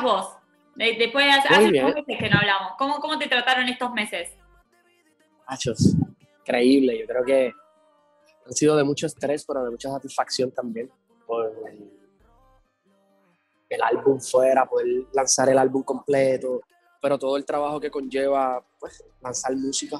vos? Después hace Muy unos bien, meses que no hablamos. ¿Cómo te trataron estos meses? machos, increíble. Yo creo que han sido de mucho estrés, pero de mucha satisfacción también. Por el álbum fuera, poder lanzar el álbum completo, pero todo el trabajo que conlleva, pues, lanzar música.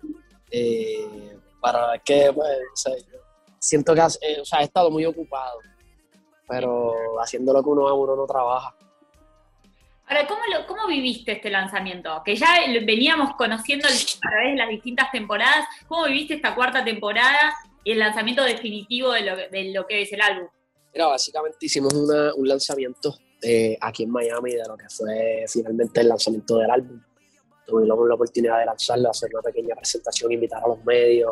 Para que, pues, o sea, siento que o sea, he estado muy ocupado, pero haciendo lo que uno no trabaja. Ahora, ¿cómo viviste este lanzamiento? Que ya veníamos conociendo a través de las distintas temporadas. ¿Cómo viviste esta cuarta temporada y el lanzamiento definitivo de lo que es el álbum? Mira, básicamente hicimos un lanzamiento aquí en Miami de lo que fue finalmente el lanzamiento del álbum. Tuvimos la oportunidad de lanzarlo, hacer una pequeña presentación, invitar a los medios,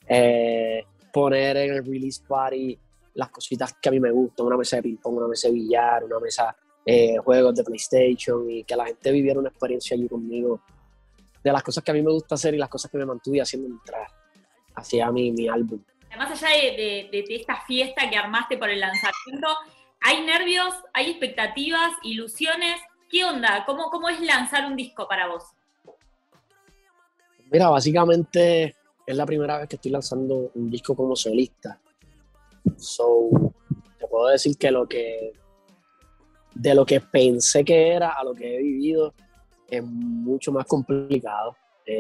poner en el release party las cositas que a mí me gustan, una mesa de ping-pong, una mesa de billar, una mesa juegos de PlayStation, y que la gente viviera una experiencia allí conmigo de las cosas que a mí me gusta hacer y las cosas que me mantuve haciendo mientras hacía mi álbum. Más allá de esta fiesta que armaste por el lanzamiento, ¿hay nervios, hay expectativas, ilusiones? ¿Qué onda? ¿Cómo es lanzar un disco para vos? Mira, básicamente es la primera vez que estoy lanzando un disco como solista. So, te puedo decir que de lo que pensé que era a lo que he vivido es mucho más complicado.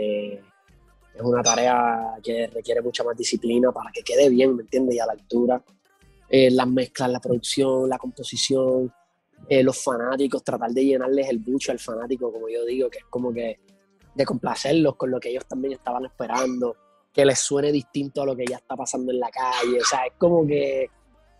Es una tarea que requiere mucha más disciplina para que quede bien, ¿me entiendes? Y a la altura. Las mezclas, la producción, la composición, los fanáticos, tratar de llenarles el bucho al fanático, como yo digo, que es como que de complacerlos con lo que ellos también estaban esperando, que les suene distinto a lo que ya está pasando en la calle. O sea, es como que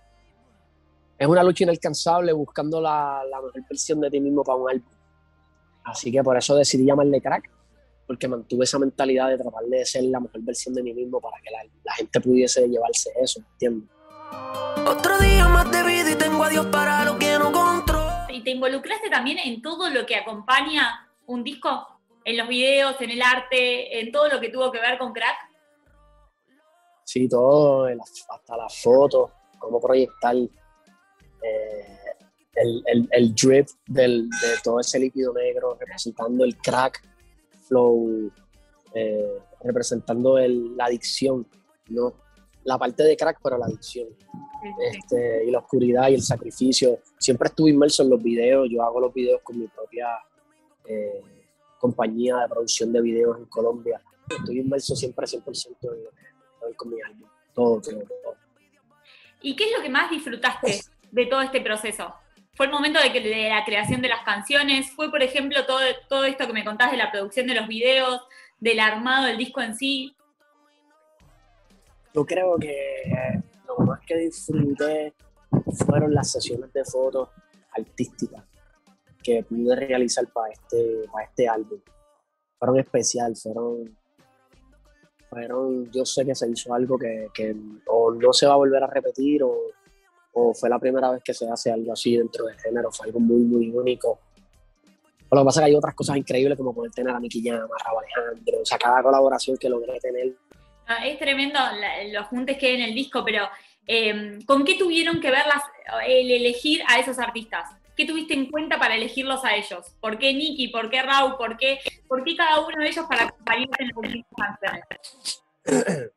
es una lucha inalcanzable buscando la mejor versión de ti mismo para un álbum. Así que por eso decidí llamarle Crack, porque mantuve esa mentalidad de tratar de ser la mejor versión de mí mismo para que la gente pudiese llevarse eso, ¿entiendes? Otro día más de vida y tengo a Dios para lo que no controlo. ¿Y te involucraste también en todo lo que acompaña un disco? ¿En los videos, en el arte, en todo lo que tuvo que ver con Crack? Sí, todo, hasta las fotos, cómo proyectar el drip de todo ese líquido negro, representando el crack flow, representando la adicción, ¿no? La parte de crack, pero la adicción. Y la oscuridad y el sacrificio. Siempre estuve inmerso en los videos. Yo hago los videos con mi propia compañía de producción de videos en Colombia. Estoy inmerso siempre 100% en lo que con mi álbum. Todo. ¿Y qué es lo que más disfrutaste de todo este proceso? ¿Fue el momento de la creación de las canciones? ¿Fue, por ejemplo, todo esto que me contás de la producción de los videos, del armado del disco en sí? Yo creo que lo más que disfruté fueron las sesiones de fotos artísticas que pude realizar para este álbum. Fueron especiales, yo sé que se hizo algo que o no se va a volver a repetir o fue la primera vez que se hace algo así dentro del género, fue algo muy, muy único. Pero lo que pasa es que hay otras cosas increíbles como poder tener a Nicky Jam, a Rauw Alejandro, o sea, cada colaboración que logré tener. Es tremendo los juntes que hay en el disco, pero ¿con qué tuvieron que ver el elegir a esos artistas? ¿Qué tuviste en cuenta para elegirlos a ellos? ¿Por qué Nicky? ¿Por qué Rauw? ¿Por qué cada uno de ellos para acompañarse en las últimas canciones?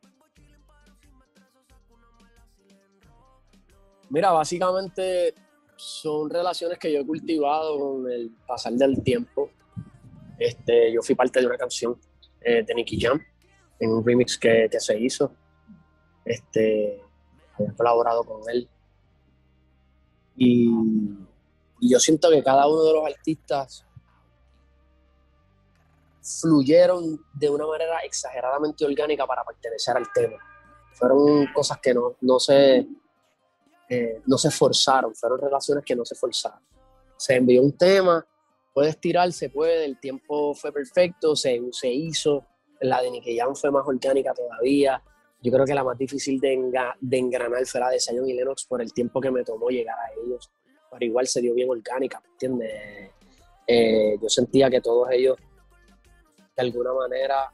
Mira, básicamente son relaciones que yo he cultivado con el pasar del tiempo. Yo fui parte de una canción de Nicky Jam en un remix que se hizo. Había colaborado con él. Y yo siento que cada uno de los artistas fluyeron de una manera exageradamente orgánica para pertenecer al tema. Fueron cosas que no se forzaron, fueron relaciones que no se forzaron. Se envió un tema, puedes tirar, se puede, el tiempo fue perfecto, se hizo. La de Nicky Jam fue más orgánica todavía. Yo creo que la más difícil de engranar fue la de Zion y Lennox por el tiempo que me tomó llegar a ellos. Pero igual se dio bien orgánica, ¿me entiendes? Yo sentía que todos ellos, de alguna manera,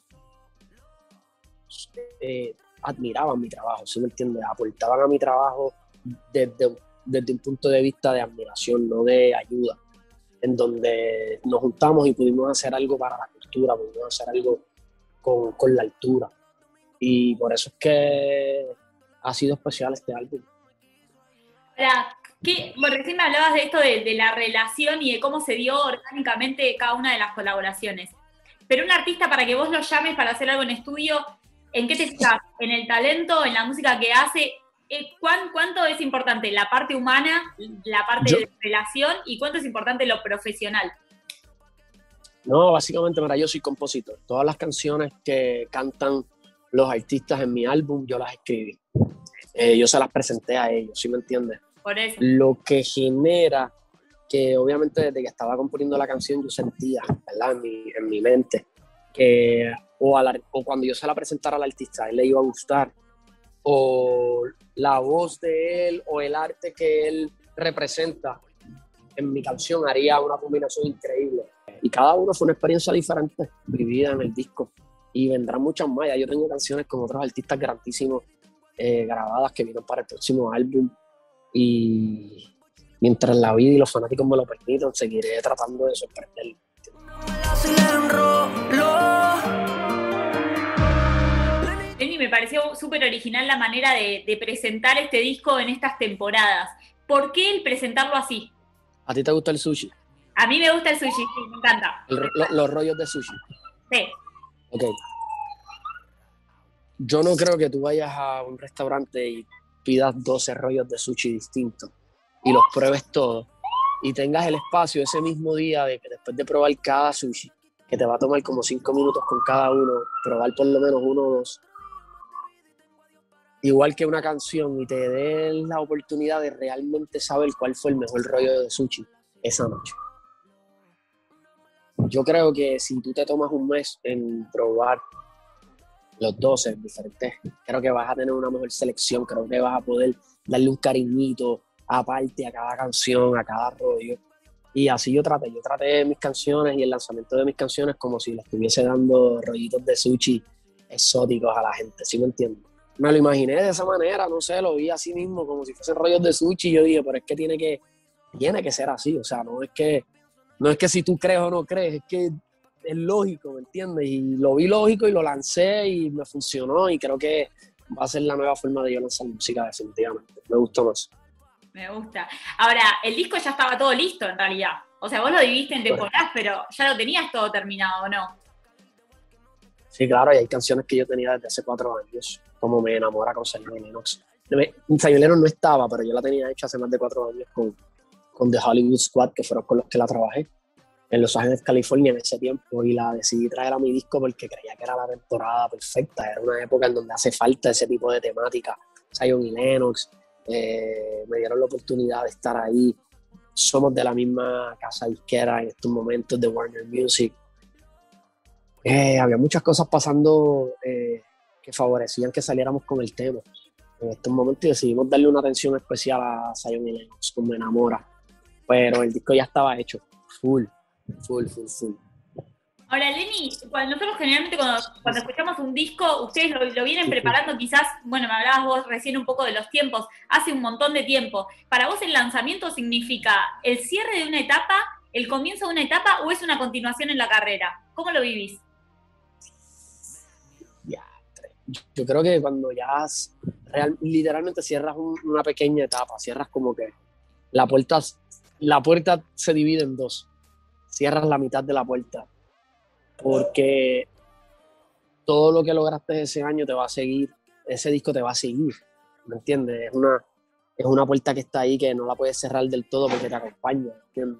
admiraban mi trabajo, ¿sí me entiendes? Aportaban a mi trabajo desde un punto de vista de admiración, no de ayuda. en donde nos juntamos y pudimos hacer algo para la cultura, pudimos hacer algo con la altura. Y por eso es que ha sido especial este álbum. Ahora, bueno, recién me hablabas de esto de la relación y de cómo se dio orgánicamente cada una de las colaboraciones. Pero un artista, para que vos lo llames para hacer algo en estudio, ¿en qué te fijas? ¿En el talento, en la música que hace? ¿Cuánto es importante la parte humana, la parte de relación, y cuánto es importante lo profesional? No, básicamente, mira, yo soy compositor. Todas las canciones que cantan los artistas en mi álbum, yo las escribí. Yo se las presenté a ellos, ¿sí me entiendes? Por eso. Lo que genera que obviamente desde que estaba componiendo la canción yo sentía, ¿verdad? En mi mente, que o cuando yo se la presentara al artista, a él le iba a gustar, o la voz de él, o el arte que él representa en mi canción haría una combinación increíble. Y cada uno fue una experiencia diferente, vivida en el disco. Y vendrán muchas más. Ya yo tengo canciones con otros artistas grandísimos grabadas que vienen para el próximo álbum. Y mientras la vida y los fanáticos me lo permitan, seguiré tratando de sorprenderlos. Lenny, me pareció súper original la manera de presentar este disco en estas temporadas. ¿Por qué el presentarlo así? ¿A ti te gusta el sushi? A mí me gusta el sushi, sí, me encanta. Los rollos de sushi. Sí. Ok. Yo no creo que tú vayas a un restaurante y pidas 12 rollos de sushi distintos y los pruebes todos y tengas el espacio ese mismo día de que después de probar cada sushi, que te va a tomar como 5 minutos con cada uno, probar por lo menos 1 o 2, igual que una canción, y te dé la oportunidad de realmente saber cuál fue el mejor rollo de sushi esa noche. Yo creo que si tú te tomas un mes en probar los 12 diferentes, creo que vas a tener una mejor selección, creo que vas a poder darle un cariñito aparte a cada canción, a cada rollo. Y así yo traté mis canciones y el lanzamiento de mis canciones como si le estuviese dando rollitos de sushi exóticos a la gente, ¿sí me entiendes? Me lo imaginé de esa manera, no sé, lo vi así mismo, como si fuesen rollos de sushi, y yo dije, pero es que tiene que ser así, o sea, no es que si tú crees o no crees, es que es lógico, ¿me entiendes? Y lo vi lógico y lo lancé y me funcionó, y creo que va a ser la nueva forma de yo lanzar música definitivamente. Me gustó más. Me gusta. Ahora, el disco ya estaba todo listo en realidad. O sea, vos lo dividiste en temporadas, pero ya lo tenías todo terminado, ¿o no? Sí, claro, y hay canciones que yo tenía desde hace 4 años, como Me Enamora con Zion y Lennox. Zion y Lennox no estaba, pero yo la tenía hecha hace más de 4 años con The Hollywood Squad, que fueron con los que la trabajé en Los Ángeles, California en ese tiempo, y la decidí traer a mi disco porque creía que era la temporada perfecta. Era una época en donde hace falta ese tipo de temática. Zion y Lennox me dieron la oportunidad de estar ahí. Somos de la misma casa disquera en estos momentos, de Warner Music. Había muchas cosas pasando que favorecían que saliéramos con el tema en estos momentos, y decidimos darle una atención especial a Zion y Lennox con Me Enamora, pero el disco ya estaba hecho, full. Ahora, Lenny, nosotros generalmente cuando escuchamos un disco, ustedes lo vienen preparando quizás, bueno, me hablabas vos recién un poco de los tiempos, hace un montón de tiempo. ¿Para vos el lanzamiento significa el cierre de una etapa, el comienzo de una etapa, o es una continuación en la carrera? ¿Cómo lo vivís? Yo creo que cuando ya literalmente cierras una pequeña etapa, cierras como que la puerta se divide en dos, cierras la mitad de la puerta, porque todo lo que lograste ese año te va a seguir, ese disco te va a seguir, ¿me entiendes? Es una puerta que está ahí, que no la puedes cerrar del todo porque te acompaña, ¿entiendes?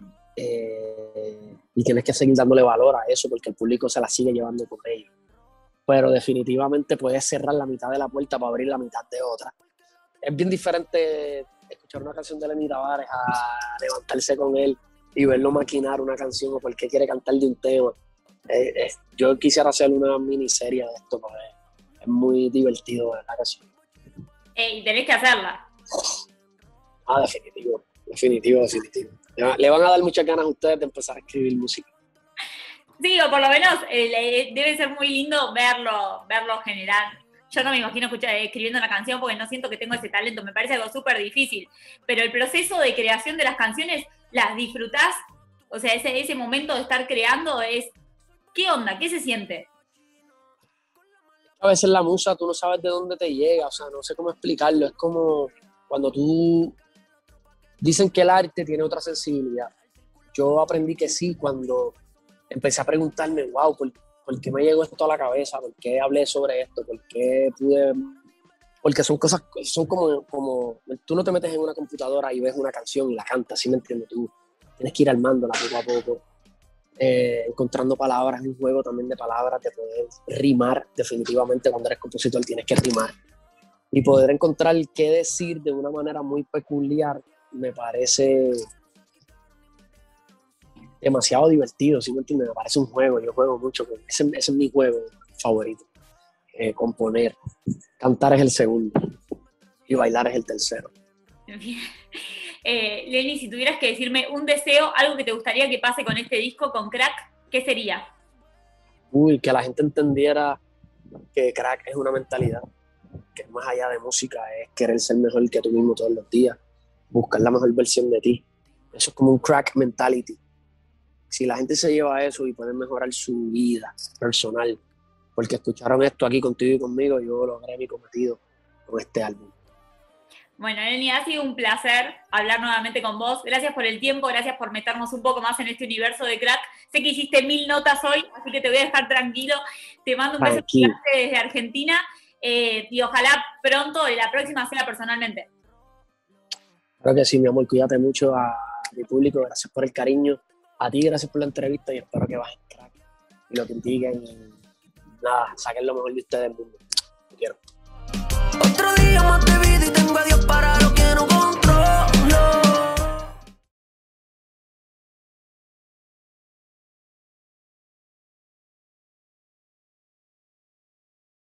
Y tienes que seguir dándole valor a eso porque el público se la sigue llevando con ellos. Pero definitivamente puedes cerrar la mitad de la puerta para abrir la mitad de otra. Es bien diferente escuchar una canción de Lenny Tavares a levantarse con él y verlo maquinar una canción o porque quiere cantar de un tema. Yo quisiera hacer una miniserie de esto porque es muy divertido la canción. Y tenés que hacerla. Definitivo. Le van a dar muchas ganas a ustedes de empezar a escribir música. Sí, o por lo menos debe ser muy lindo verlo generar. Yo no me imagino escribiendo una canción porque no siento que tengo ese talento, me parece algo súper difícil. Pero el proceso de creación de las canciones, ¿las disfrutás O sea, ese momento de estar creando es, ¿qué onda? ¿Qué se siente? A veces la musa tú no sabes de dónde te llega, o sea, no sé cómo explicarlo. Es como cuando tú... Dicen que el arte tiene otra sensibilidad. Yo aprendí que sí cuando empecé a preguntarme, wow, ¿por qué me llegó esto a la cabeza? ¿Por qué hablé sobre esto? ¿Por qué pude...? Porque son cosas, son como... Tú no te metes en una computadora y ves una canción y la cantas, ¿sí me entiendes? Tú tienes que ir armándola poco a poco. Encontrando palabras, un juego también de palabras, de poder rimar. Definitivamente cuando eres compositor tienes que rimar y poder encontrar qué decir de una manera muy peculiar me parece demasiado divertido, ¿sí me entiendes? Me parece un juego, yo juego mucho, ese es mi juego favorito, componer. Cantar es el segundo y bailar es el tercero. Lenny, si tuvieras que decirme un deseo, algo que te gustaría que pase con este disco, con Crack, ¿qué sería? Que la gente entendiera que Crack es una mentalidad, que más allá de música es querer ser mejor que tú mismo todos los días, buscar la mejor versión de ti. Eso es como un crack mentality. Si la gente se lleva eso y puede mejorar su vida personal, porque escucharon esto aquí contigo y conmigo, yo logré mi cometido con este álbum. Bueno, Lenny, ha sido un placer hablar nuevamente con vos. Gracias por el tiempo, gracias por meternos un poco más en este universo de Crack. Sé que hiciste 1000 notas hoy, así que te voy a dejar tranquilo. Te mando un beso gigante desde Argentina y ojalá pronto la próxima sea personalmente. Claro que sí, mi amor, cuídate mucho a mi público, gracias por el cariño. A ti, gracias por la entrevista y espero que bajen Crack y lo critiquen y nada, saquen lo mejor de ustedes del mundo. Te quiero. Otro día